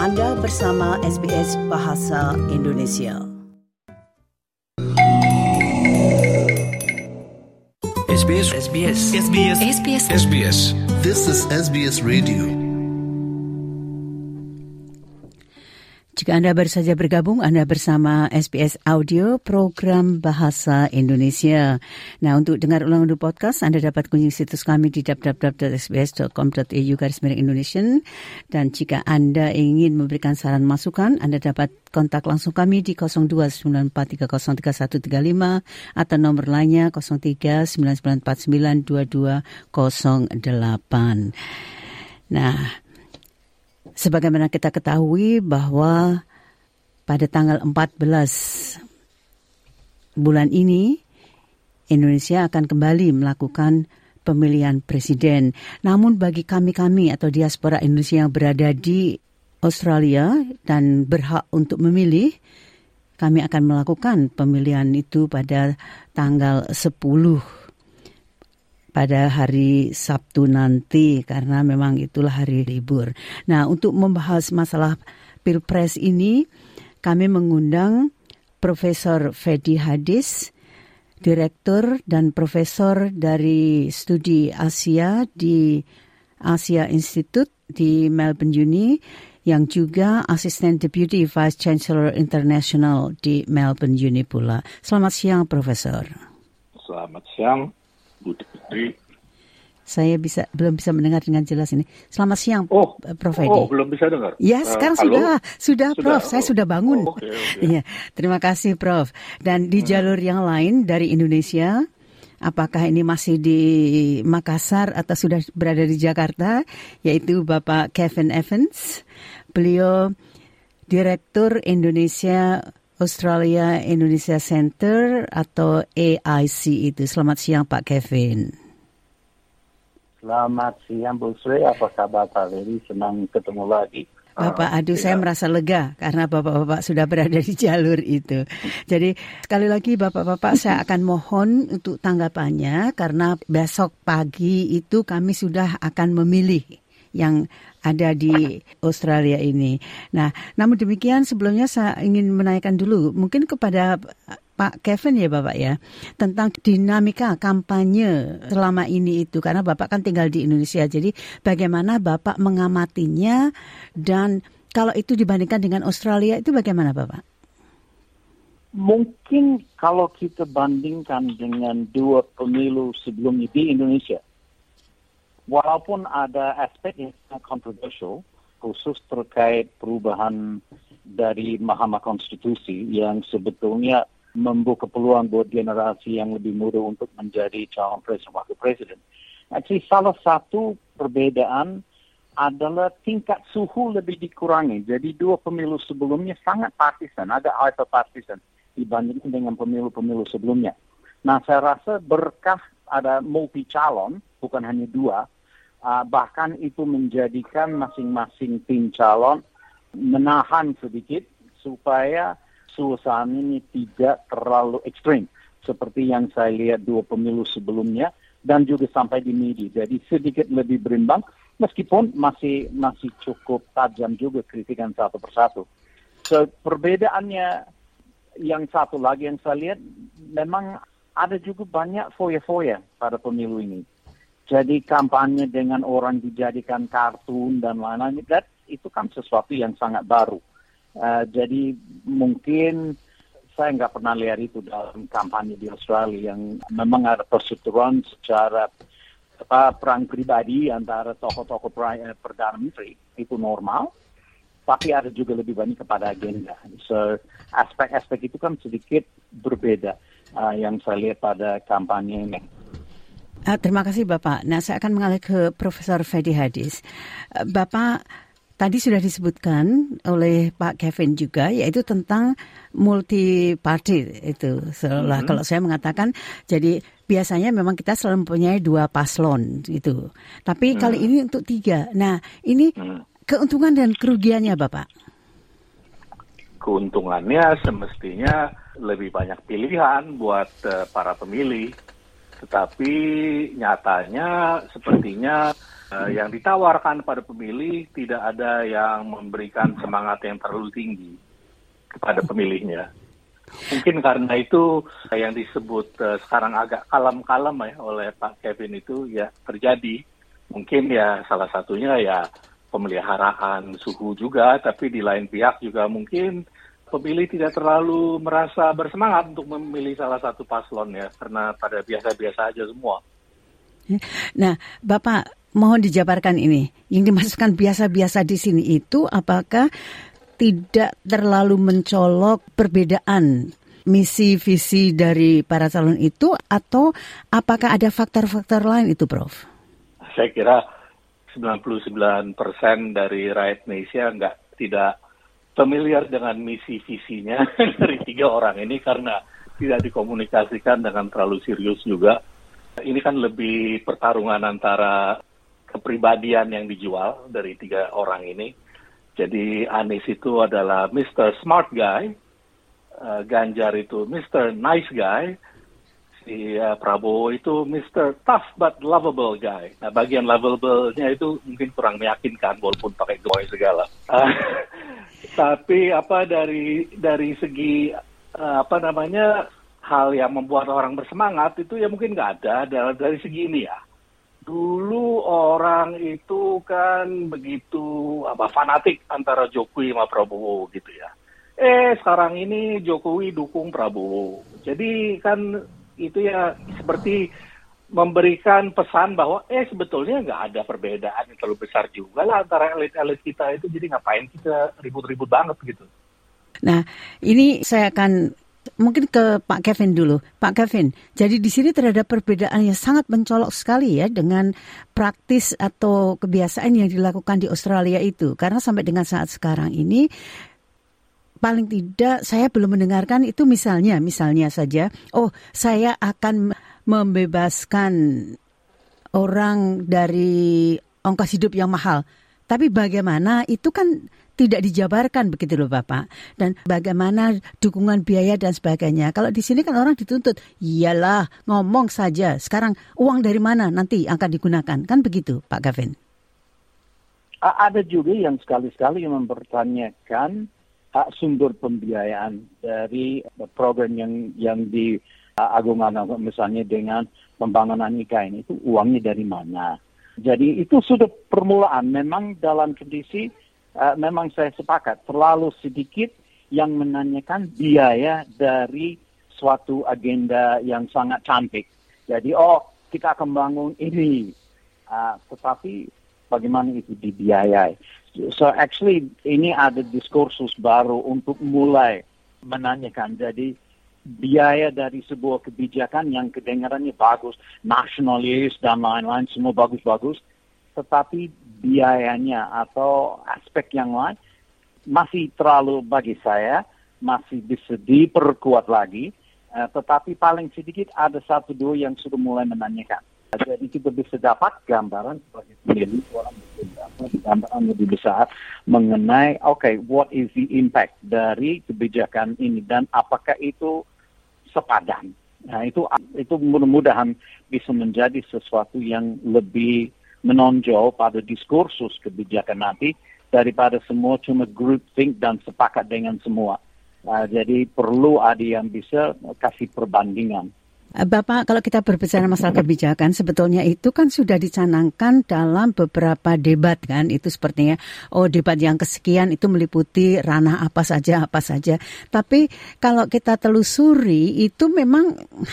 Anda bersama SBS Bahasa Indonesia. SBS. This is SBS Radio. Jika Anda baru saja bergabung, Anda bersama SBS Audio, program Bahasa Indonesia. Nah, untuk dengar ulang podcast, Anda dapat kunjungi situs kami di www.sbs.com.au/Indonesian. Dan jika Anda ingin memberikan saran masukan, Anda dapat kontak langsung kami di 0294303135 atau nomor lainnya 0399492208. Nah, sebagaimana kita ketahui bahwa pada tanggal 14 bulan ini Indonesia akan kembali melakukan pemilihan presiden. Namun bagi kami atau diaspora Indonesia yang berada di Australia dan berhak untuk memilih, kami akan melakukan pemilihan itu pada tanggal 10 pada hari Sabtu nanti, karena memang itulah hari libur. Nah, untuk membahas masalah Pilpres ini, kami mengundang Profesor Fedi Hadis, Direktur dan Profesor dari Studi Asia di Asia Institute di Melbourne Uni, yang juga Asisten Deputy Vice Chancellor International di Melbourne Uni pula. Selamat siang, Profesor. Selamat siang, Bu Putri. Saya belum bisa mendengar dengan jelas ini. Selamat siang, Prof. Edi. Belum bisa dengar? Ya, sekarang sudah, Prof. Saya sudah bangun. Okay. Ya, terima kasih, Prof. Dan di jalur yang lain dari Indonesia, apakah ini masih di Makassar atau sudah berada di Jakarta, yaitu Bapak Kevin Evans. Beliau Direktur Australia Indonesia Center atau AIC itu. Selamat siang, Pak Kevin. Selamat siang, Bu Sri. Apa kabar, Pak Fedi? Senang ketemu lagi. Bapak, saya merasa lega karena Bapak-Bapak sudah berada di jalur itu. Jadi, sekali lagi Bapak-Bapak, saya akan mohon untuk tanggapannya karena besok pagi itu kami sudah akan memilih yang ada di Australia ini. Nah, namun demikian sebelumnya saya ingin menanyakan dulu mungkin kepada Pak Kevin ya Bapak ya, tentang dinamika kampanye selama ini itu, karena Bapak kan tinggal di Indonesia, jadi bagaimana Bapak mengamatinya, dan kalau itu dibandingkan dengan Australia itu bagaimana Bapak? Mungkin kalau kita bandingkan dengan dua pemilu sebelumnya di Indonesia, walaupun ada aspek yang sangat kontroversial, khusus terkait perubahan dari Mahkamah Konstitusi yang sebetulnya membuka peluang buat generasi yang lebih muda untuk menjadi calon presiden wakil presiden. Actually, salah satu perbedaan adalah tingkat suhu lebih dikurangi. Jadi dua pemilu sebelumnya sangat partisan, agak hyper-partisan dibandingkan dengan pemilu-pemilu sebelumnya. Nah, saya rasa berkah ada multi calon, bukan hanya dua, bahkan itu menjadikan masing-masing tim calon menahan sedikit supaya suasana ini tidak terlalu ekstrim seperti yang saya lihat dua pemilu sebelumnya dan juga sampai di media. Jadi sedikit lebih berimbang meskipun masih cukup tajam juga kritikan satu persatu. So, perbedaannya yang satu lagi yang saya lihat, memang ada juga banyak foya-foya pada pemilu ini. Jadi kampanye dengan orang dijadikan kartun dan lain-lain, itu kan sesuatu yang sangat baru. Jadi mungkin saya nggak pernah lihat itu dalam kampanye di Australia, yang memang ada perseteruan secara perang pribadi antara tokoh-tokoh Perdana Menteri, itu normal, tapi ada juga lebih banyak kepada agenda. So aspek-aspek itu kan sedikit berbeda yang saya lihat pada kampanye ini. Terima kasih Bapak. Nah, saya akan mengalih ke Profesor Fedi Hadis. Bapak, tadi sudah disebutkan oleh Pak Kevin juga, yaitu tentang multi-party itu. Kalau saya mengatakan, jadi biasanya memang kita selalu mempunyai dua paslon gitu. Tapi kali ini untuk 3. Nah, ini keuntungan dan kerugiannya Bapak? Keuntungannya semestinya lebih banyak pilihan buat para pemilih. Tetapi nyatanya sepertinya yang ditawarkan pada pemilih tidak ada yang memberikan semangat yang terlalu tinggi kepada pemilihnya. Mungkin karena itu yang disebut sekarang agak kalem-kalem ya oleh Pak Kevin itu ya terjadi. Mungkin ya salah satunya ya pemeliharaan suhu juga, tapi di lain pihak juga mungkin pemilih tidak terlalu merasa bersemangat untuk memilih salah satu paslon ya, karena pada biasa-biasa aja semua. Nah, Bapak mohon dijabarkan ini. Yang dimasukkan biasa-biasa di sini itu apakah tidak terlalu mencolok perbedaan misi visi dari para calon itu, atau apakah ada faktor-faktor lain itu, Prof? Saya kira 99% dari rakyat Indonesia tidak familiar dengan misi visinya dari 3 orang ini karena tidak dikomunikasikan dengan terlalu serius juga. Ini kan lebih pertarungan antara kepribadian yang dijual dari 3 orang ini. Jadi Anies itu adalah Mr. Smart Guy, Ganjar itu Mr. Nice Guy, si Prabowo itu Mr. Tough but Lovable Guy. Nah, bagian lovable-nya itu mungkin kurang meyakinkan walaupun pakai gemoy segala. Tapi dari segi hal yang membuat orang bersemangat itu ya mungkin nggak ada dari segi ini ya. Dulu orang itu kan begitu fanatik antara Jokowi sama Prabowo gitu ya. Sekarang ini Jokowi dukung Prabowo. Jadi kan itu ya seperti memberikan pesan bahwa sebetulnya nggak ada perbedaan yang terlalu besar juga lah antara elit-elit kita itu. Jadi ngapain kita ribut-ribut banget gitu. Nah, ini saya akan mungkin ke Pak Kevin dulu. Pak Kevin, jadi di sini terhadap perbedaan yang sangat mencolok sekali ya dengan praktis atau kebiasaan yang dilakukan di Australia itu. Karena sampai dengan saat sekarang ini, paling tidak saya belum mendengarkan itu misalnya saja, saya akan membebaskan orang dari ongkos hidup yang mahal. Tapi bagaimana itu kan tidak dijabarkan begitu loh Bapak. Dan bagaimana dukungan biaya dan sebagainya. Kalau di sini kan orang dituntut, iyalah ngomong saja. Sekarang uang dari mana nanti akan digunakan. Kan begitu Pak Gavin? Ada juga yang sekali-sekali yang mempertanyakan sumber pembiayaan dari program yang diagungkan misalnya dengan pembangunan IKN itu uangnya dari mana. Jadi itu sudah permulaan. Memang dalam kondisi memang saya sepakat, terlalu sedikit yang menanyakan biaya dari suatu agenda yang sangat cantik. Jadi, kita akan bangun ini. Tetapi bagaimana itu dibiayai? So actually, ini ada diskursus baru untuk mulai menanyakan. Jadi, biaya dari sebuah kebijakan yang kedengarannya bagus, nasionalis dan lain-lain, semua bagus-bagus. Tetapi biayanya atau aspek yang lain masih terlalu bagi saya, masih bisa diperkuat lagi. Tetapi paling sedikit ada 1-2 yang sudah mulai menanyakan. Jadi kita bisa dapat gambaran sebagai pemilih, orang bisa dapat gambaran lebih besar mengenai, what is the impact dari kebijakan ini dan apakah itu sepadan. Nah, itu mudah-mudahan bisa menjadi sesuatu yang lebih menonjol pada diskursus kebijakan nanti daripada semua cuma groupthink dan sepakat dengan semua. Jadi perlu ada yang bisa kasih perbandingan. Bapak, kalau kita berbicara masalah kebijakan, sebetulnya itu kan sudah dicanangkan dalam beberapa debat kan. Itu sepertinya, debat yang kesekian itu meliputi ranah apa saja. Tapi kalau kita telusuri, itu memang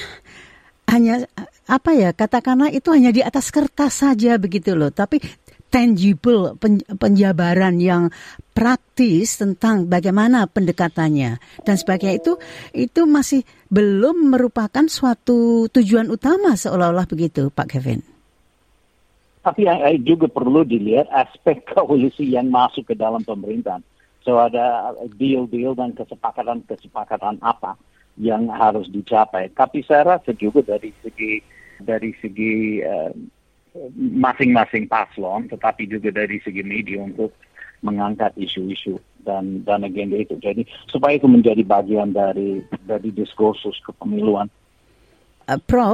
hanya katakanlah itu hanya di atas kertas saja begitu loh. Tapi tangible, penjabaran yang praktis tentang bagaimana pendekatannya dan sebagainya itu masih belum merupakan suatu tujuan utama seolah-olah begitu, Pak Kevin. Tapi juga perlu dilihat aspek koalisi yang masuk ke dalam pemerintahan. So ada deal-deal dan kesepakatan apa yang harus dicapai. Tapi saya rasa juga dari segi masing-masing paslon, tetapi juga dari segi media untuk mengangkat isu-isu dan agenda itu. Jadi supaya itu menjadi bagian dari diskursus kepemiluan. Prof,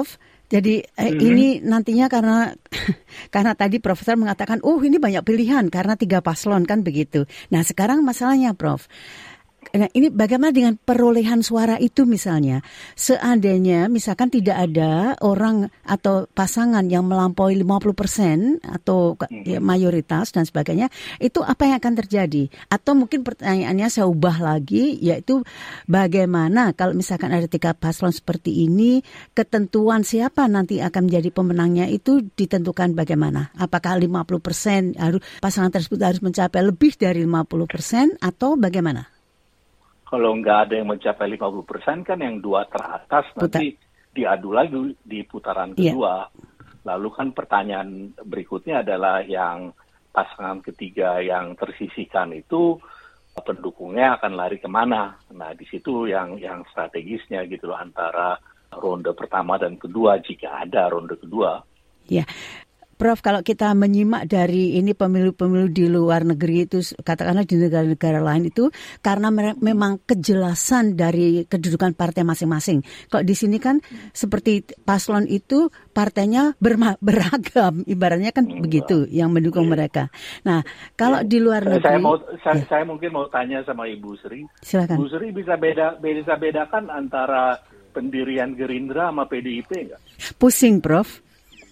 Jadi ini nantinya karena tadi Profesor mengatakan, ini banyak pilihan karena 3 paslon kan begitu. Nah sekarang masalahnya Prof, nah, ini bagaimana dengan perolehan suara itu misalnya? Seandainya misalkan tidak ada orang atau pasangan yang melampaui 50% atau mayoritas dan sebagainya, itu apa yang akan terjadi? Atau mungkin pertanyaannya saya ubah lagi, yaitu bagaimana kalau misalkan ada 3 paslon seperti ini, ketentuan siapa nanti akan menjadi pemenangnya itu ditentukan bagaimana? Apakah 50% pasangan tersebut harus mencapai lebih dari 50% atau bagaimana? Kalau nggak ada yang mencapai 50% kan yang 2 teratas nanti diadu lagi di putaran kedua. Lalu kan pertanyaan berikutnya adalah yang pasangan ketiga yang tersisihkan itu pendukungnya akan lari kemana? Nah di situ yang strategisnya gitu loh, antara ronde pertama dan kedua jika ada ronde kedua. Ya. Prof, kalau kita menyimak dari ini pemilu-pemilu di luar negeri itu, katakanlah di negara-negara lain itu, karena memang kejelasan dari kedudukan partai masing-masing. Kalau di sini kan seperti paslon itu partainya beragam, ibaratnya kan begitu yang mendukung mereka. Nah, kalau di luar negeri... Saya mungkin mau tanya sama Ibu Sri. Silakan. Ibu Sri bisa bedakan antara pendirian Gerindra sama PDIP nggak? Pusing, Prof.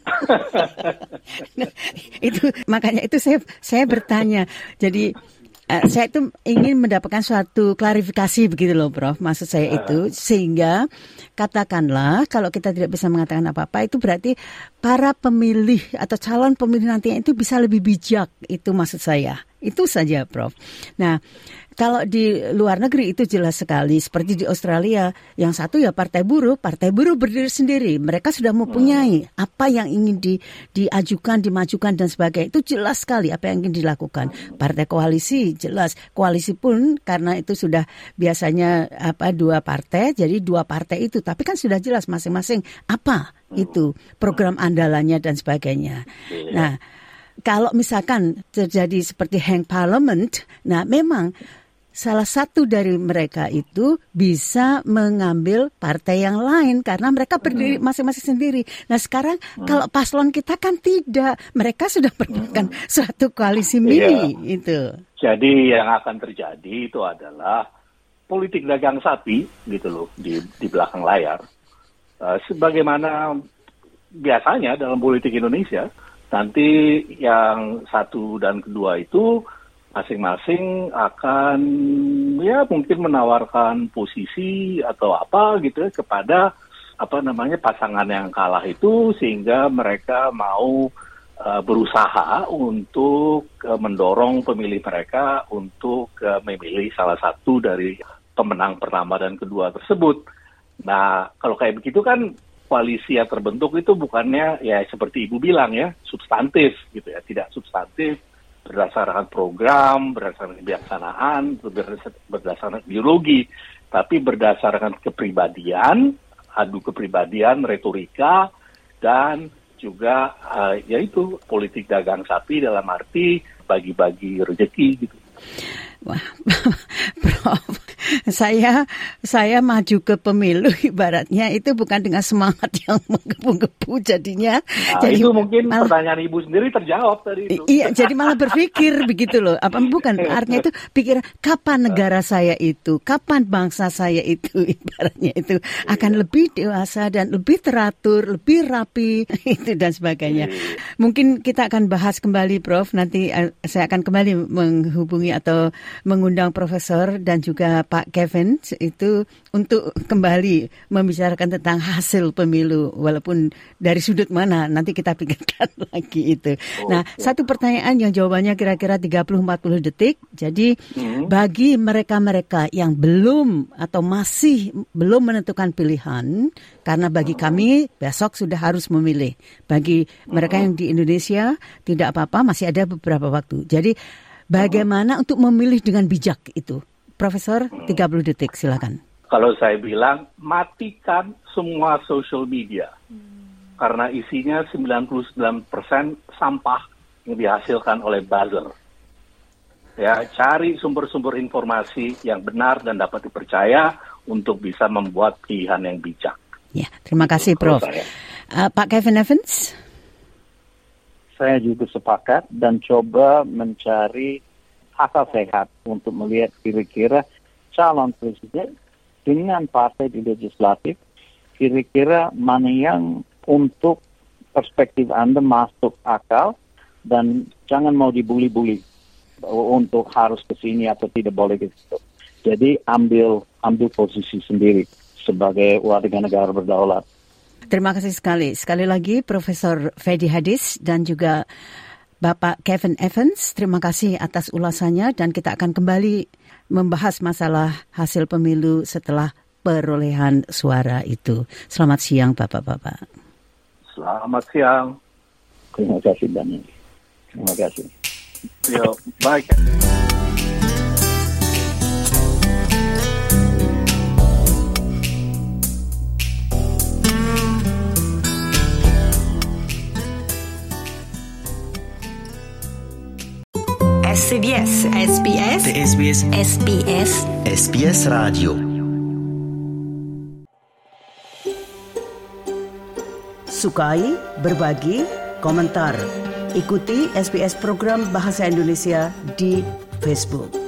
Itu makanya itu saya bertanya. Jadi saya itu ingin mendapatkan suatu klarifikasi begitu loh Prof. Maksud saya itu sehingga katakanlah kalau kita tidak bisa mengatakan apa-apa itu berarti para pemilih atau calon pemilih nantinya itu bisa lebih bijak, itu maksud saya. Itu saja Prof. Nah, kalau di luar negeri itu jelas sekali. Seperti di Australia, yang satu ya partai buruh berdiri sendiri. Mereka sudah mempunyai apa yang ingin diajukan, dimajukan dan sebagainya. Itu jelas sekali apa yang ingin dilakukan. Partai koalisi jelas. Koalisi pun karena itu sudah biasanya 2 partai, jadi 2 partai itu. Tapi kan sudah jelas masing-masing apa itu program andalannya dan sebagainya. Nah, kalau misalkan terjadi seperti hang parliament, nah memang salah satu dari mereka itu bisa mengambil partai yang lain karena mereka berdiri masing-masing sendiri. Nah sekarang kalau paslon kita kan tidak, mereka sudah merupakan suatu koalisi mini itu. Jadi yang akan terjadi itu adalah politik dagang sapi gitu loh di belakang layar. Sebagaimana biasanya dalam politik Indonesia, nanti yang 1 dan kedua itu masing-masing akan mungkin menawarkan posisi atau apa gitu kepada pasangan yang kalah itu sehingga mereka mau berusaha untuk mendorong pemilih mereka untuk memilih salah satu dari pemenang pertama dan kedua tersebut. Nah, kalau kayak begitu kan koalisi yang terbentuk itu bukannya ya seperti Ibu bilang ya substantif gitu ya, tidak substantif berdasarkan program, berdasarkan kebijaksanaan, berdasarkan ideologi, tapi berdasarkan kepribadian, adu kepribadian, retorika, dan juga yaitu politik dagang sapi dalam arti bagi-bagi rezeki gitu. Wah, Prof, saya maju ke pemilu ibaratnya itu bukan dengan semangat yang menggebu-gebu jadinya. Nah, jadi itu mungkin pertanyaan Ibu sendiri terjawab tadi itu. Iya, jadi malah berpikir begitu loh. Bukan artinya itu pikir kapan negara saya itu, kapan bangsa saya itu ibaratnya itu akan lebih dewasa dan lebih teratur, lebih rapi itu dan sebagainya. Mungkin kita akan bahas kembali Prof, nanti saya akan kembali menghubungi atau mengundang Profesor dan juga Pak Kevin itu untuk kembali membicarakan tentang hasil pemilu walaupun dari sudut mana nanti kita pikirkan lagi itu. Nah, satu pertanyaan yang jawabannya kira-kira 30-40 detik. Jadi bagi mereka-mereka yang belum atau masih belum menentukan pilihan, karena bagi kami besok sudah harus memilih. Bagi mereka yang di Indonesia tidak apa-apa, masih ada beberapa waktu. Jadi bagaimana untuk memilih dengan bijak itu? Profesor, 30 detik, silakan. Kalau saya bilang, matikan semua social media. Karena isinya 99% sampah yang dihasilkan oleh buzzer. Ya, cari sumber-sumber informasi yang benar dan dapat dipercaya untuk bisa membuat pilihan yang bijak. Ya, terima kasih Prof. Pak Kevin Evans? Saya juga sepakat dan coba mencari akal sehat untuk melihat kira-kira calon presiden dengan partai di legislatif, kira-kira mana yang untuk perspektif Anda masuk akal dan jangan mau dibuli-buli untuk harus ke sini atau tidak boleh ke situ. Jadi ambil posisi sendiri sebagai warga negara berdaulat. Terima kasih sekali. Sekali lagi Profesor Fedi Hadis dan juga Bapak Kevin Evans, terima kasih atas ulasannya dan kita akan kembali membahas masalah hasil pemilu setelah perolehan suara itu. Selamat siang Bapak-Bapak. Selamat siang. Terima kasih banyak. Terima kasih. Yo, baik. SBS Radio. Sukai, berbagi, komentar. Ikuti SBS program Bahasa Indonesia di Facebook.